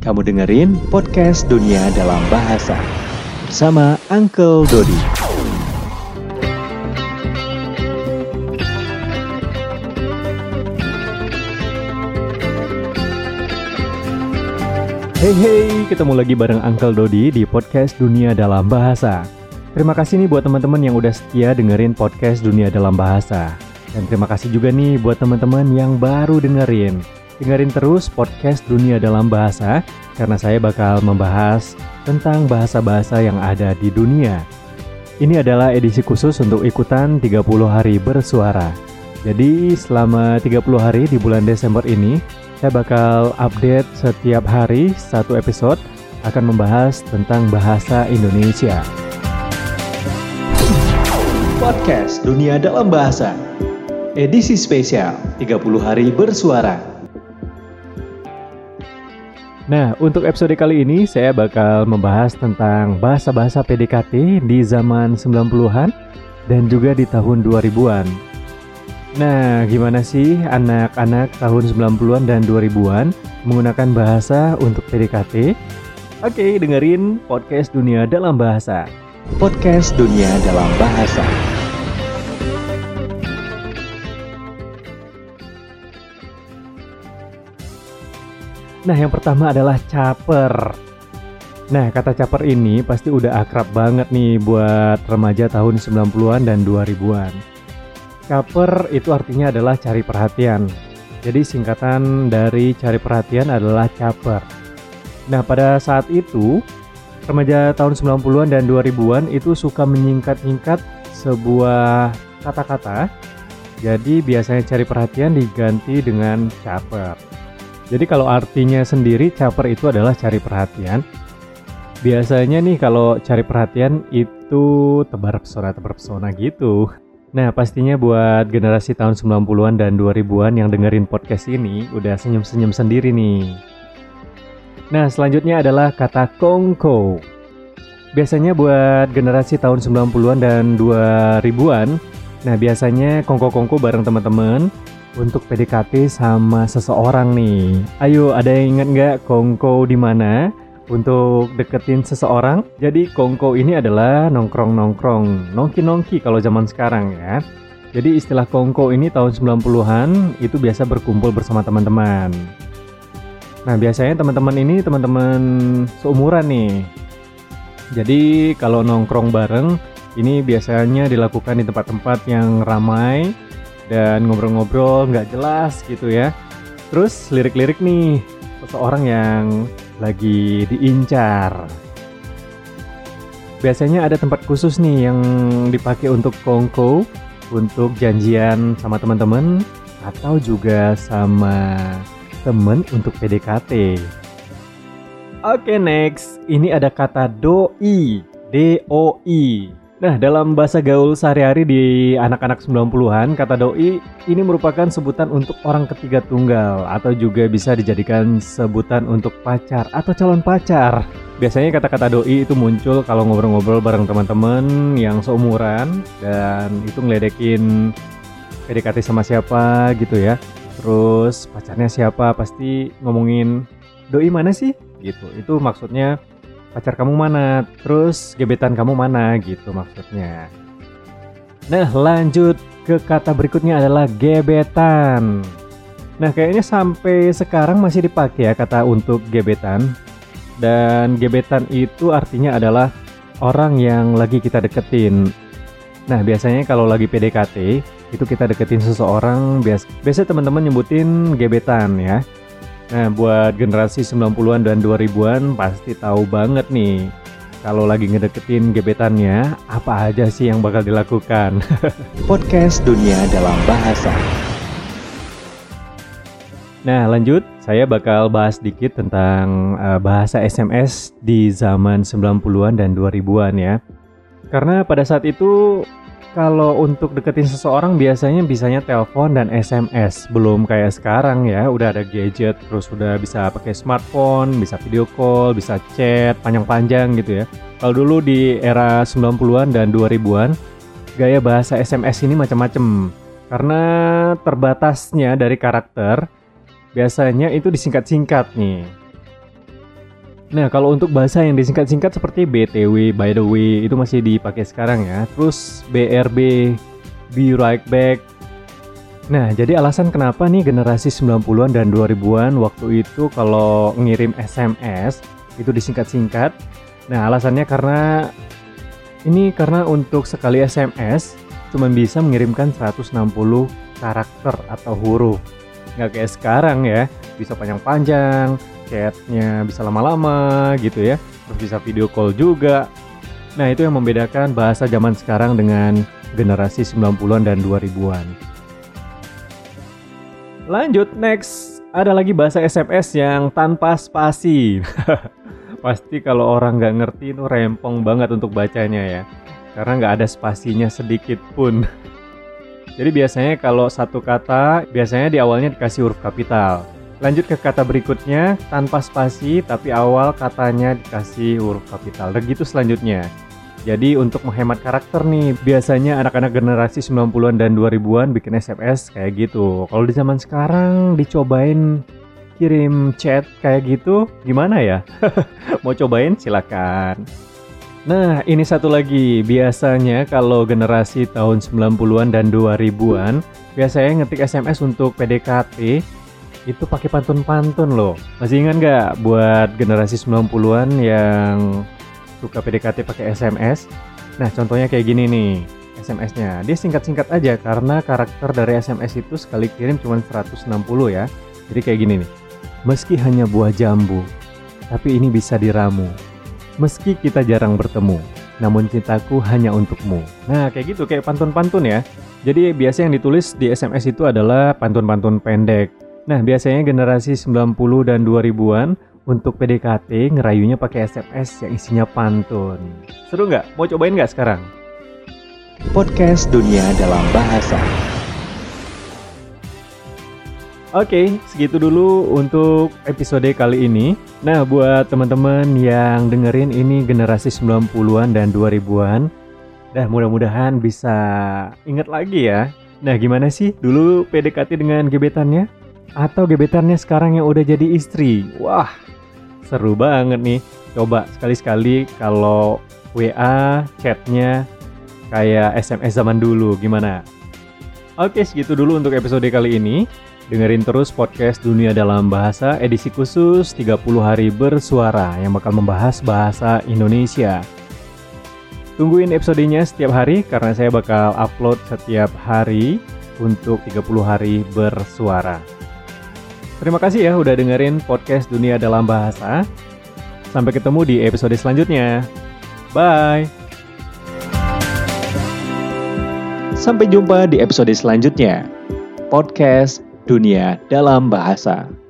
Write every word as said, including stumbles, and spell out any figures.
Kamu dengerin podcast Dunia Dalam Bahasa bersama Uncle Dodi. Hey hey, ketemu lagi bareng Uncle Dodi di podcast Dunia Dalam Bahasa. Terima kasih nih buat teman-teman yang udah setia dengerin podcast Dunia Dalam Bahasa. Dan terima kasih juga nih buat teman-teman yang baru dengerin. Dengerin terus podcast Dunia Dalam Bahasa karena saya bakal membahas tentang bahasa-bahasa yang ada di dunia. Ini adalah edisi khusus untuk ikutan tiga puluh hari bersuara. Jadi selama tiga puluh hari di bulan Desember ini, saya bakal update setiap hari satu episode akan membahas tentang bahasa Indonesia. Podcast Dunia Dalam Bahasa edisi spesial tiga puluh hari bersuara. Nah, untuk episode kali ini saya bakal membahas tentang bahasa-bahasa P D K T di zaman sembilan puluhan dan juga di tahun dua ribuan. Nah, gimana sih anak-anak tahun sembilan puluhan dan dua ribuan menggunakan bahasa untuk P D K T? Oke, dengerin podcast Dunia Dalam Bahasa. Podcast Dunia Dalam Bahasa. Nah, yang pertama adalah caper. Nah, kata caper ini pasti udah akrab banget nih buat remaja tahun sembilan puluhan dan dua ribuan. Caper itu artinya adalah cari perhatian. Jadi singkatan dari cari perhatian adalah caper. Nah, pada saat itu remaja tahun sembilan puluhan dan dua ribuan itu suka menyingkat-nyingkat sebuah kata-kata. Jadi biasanya cari perhatian diganti dengan caper. Jadi kalau artinya sendiri caper itu adalah cari perhatian. Biasanya nih kalau cari perhatian itu tebar pesona tebar pesona gitu. Nah, pastinya buat generasi tahun sembilan puluhan dan dua ribuan yang dengerin podcast ini udah senyum-senyum sendiri nih. Nah, selanjutnya adalah kata kongko. Biasanya buat generasi tahun sembilan puluhan dan dua ribuan, nah biasanya kongko-kongko bareng teman-teman untuk P D K T sama seseorang nih. Ayo, ada yang ingat nggak kongko di mana untuk deketin seseorang? Jadi kongko ini adalah nongkrong-nongkrong, nongki-nongki kalau zaman sekarang ya. Jadi istilah kongko ini tahun sembilan puluhan itu biasa berkumpul bersama teman-teman. Nah, biasanya teman-teman ini teman-teman seumuran nih. Jadi kalau nongkrong bareng ini biasanya dilakukan di tempat-tempat yang ramai dan ngobrol-ngobrol nggak jelas gitu ya. Terus lirik-lirik nih seseorang yang lagi diincar. Biasanya ada tempat khusus nih yang dipakai untuk kongko, untuk janjian sama teman-teman atau juga sama temen untuk P D K T. Oke, next. Ini ada kata doi, D O I. Nah, dalam bahasa gaul sehari-hari di anak-anak sembilan puluhan, kata doi ini merupakan sebutan untuk orang ketiga tunggal atau juga bisa dijadikan sebutan untuk pacar atau calon pacar. Biasanya kata-kata doi itu muncul kalau ngobrol-ngobrol bareng teman-teman yang seumuran dan itu ngeledekin P D K T sama siapa gitu ya. Terus pacarnya siapa, pasti ngomongin doi mana sih? Gitu. Itu maksudnya pacar kamu mana, terus gebetan kamu mana gitu maksudnya. Nah, lanjut ke kata berikutnya adalah gebetan. Nah, kayaknya sampai sekarang masih dipakai ya kata untuk gebetan. Dan gebetan itu artinya adalah orang yang lagi kita deketin. Nah, biasanya kalau lagi P D K T itu kita deketin seseorang, bias- biasanya teman-teman nyebutin gebetan ya. Nah, buat generasi sembilan puluhan dan dua ribuan pasti tahu banget nih kalau lagi ngedeketin gebetannya, apa aja sih yang bakal dilakukan. Podcast Dunia Dalam Bahasa. Nah, lanjut, saya bakal bahas dikit tentang uh, bahasa S M S di zaman sembilan puluhan dan dua ribuan ya. Karena pada saat itu kalau untuk deketin seseorang biasanya bisanya telepon dan S M S. Belum kayak sekarang ya, udah ada gadget, terus udah bisa pakai smartphone, bisa video call, bisa chat panjang-panjang gitu ya. Kalau dulu di era sembilan puluhan dan dua ribuan, gaya bahasa S M S ini macam-macam. Karena terbatasnya dari karakter, biasanya itu disingkat-singkat nih. Nah, kalau untuk bahasa yang disingkat-singkat seperti B T W, by the way, itu masih dipakai sekarang ya. Terus B R B, be right back. Nah, jadi alasan kenapa nih generasi sembilan puluhan dan dua ribuan waktu itu kalau ngirim S M S itu disingkat-singkat. Nah, alasannya karena ini karena untuk sekali S M S cuma bisa mengirimkan seratus enam puluh karakter atau huruf. Nggak kayak sekarang ya, bisa panjang-panjang, chatnya bisa lama-lama gitu ya, terus bisa video call juga. Nah, itu yang membedakan bahasa zaman sekarang dengan generasi sembilan puluhan dan dua ribuan. Lanjut, next. Ada lagi bahasa S M S yang tanpa spasi. Pasti kalau orang nggak ngerti itu rempong banget untuk bacanya ya, karena nggak ada spasinya sedikit pun. Jadi biasanya kalau satu kata, biasanya di awalnya dikasih huruf kapital. Lanjut ke kata berikutnya, tanpa spasi tapi awal katanya dikasih huruf kapital. Dan gitu selanjutnya. Jadi untuk menghemat karakter nih, biasanya anak-anak generasi sembilan puluhan dan dua ribuan bikin S M S kayak gitu. Kalau di zaman sekarang dicobain kirim chat kayak gitu, gimana ya? Mau cobain? Silakan. Nah, ini satu lagi. Biasanya kalau generasi tahun sembilan puluhan dan dua ribuan, biasanya ngetik S M S untuk P D K T itu pakai pantun-pantun loh. Masih ingat nggak buat generasi sembilan puluhan yang suka P D K T pakai S M S? Nah, contohnya kayak gini nih S M S-nya. Dia singkat-singkat aja karena karakter dari S M S itu sekali kirim cuma seratus enam puluh ya. Jadi kayak gini nih. Meski hanya buah jambu, tapi ini bisa diramu. Meski kita jarang bertemu, namun cintaku hanya untukmu. Nah, kayak gitu, kayak pantun-pantun ya. Jadi biasa yang ditulis di S M S itu adalah pantun-pantun pendek. Nah, biasanya generasi sembilan puluh dan dua ribuan untuk P D K T ngerayunya pakai S M S yang isinya pantun. Seru nggak? Mau cobain nggak sekarang? Podcast Dunia Dalam Bahasa. Oke, segitu dulu untuk episode kali ini. Nah, buat teman-teman yang dengerin ini generasi sembilan puluhan dan dua ribuan, dah mudah-mudahan bisa ingat lagi ya. Nah, gimana sih dulu P D K T dengan gebetannya? Atau gebetannya sekarang yang udah jadi istri? Wah, seru banget nih. Coba sekali-sekali kalau W A chatnya kayak S M S zaman dulu, gimana? Oke, segitu dulu untuk episode kali ini. Dengerin terus podcast Dunia Dalam Bahasa edisi khusus tiga puluh hari bersuara yang bakal membahas bahasa Indonesia. Tungguin episodenya setiap hari karena saya bakal upload setiap hari untuk tiga puluh hari bersuara. Terima kasih ya udah dengerin podcast Dunia Dalam Bahasa. Sampai ketemu di episode selanjutnya. Bye. Sampai jumpa di episode selanjutnya. Podcast Dunia Dalam Bahasa.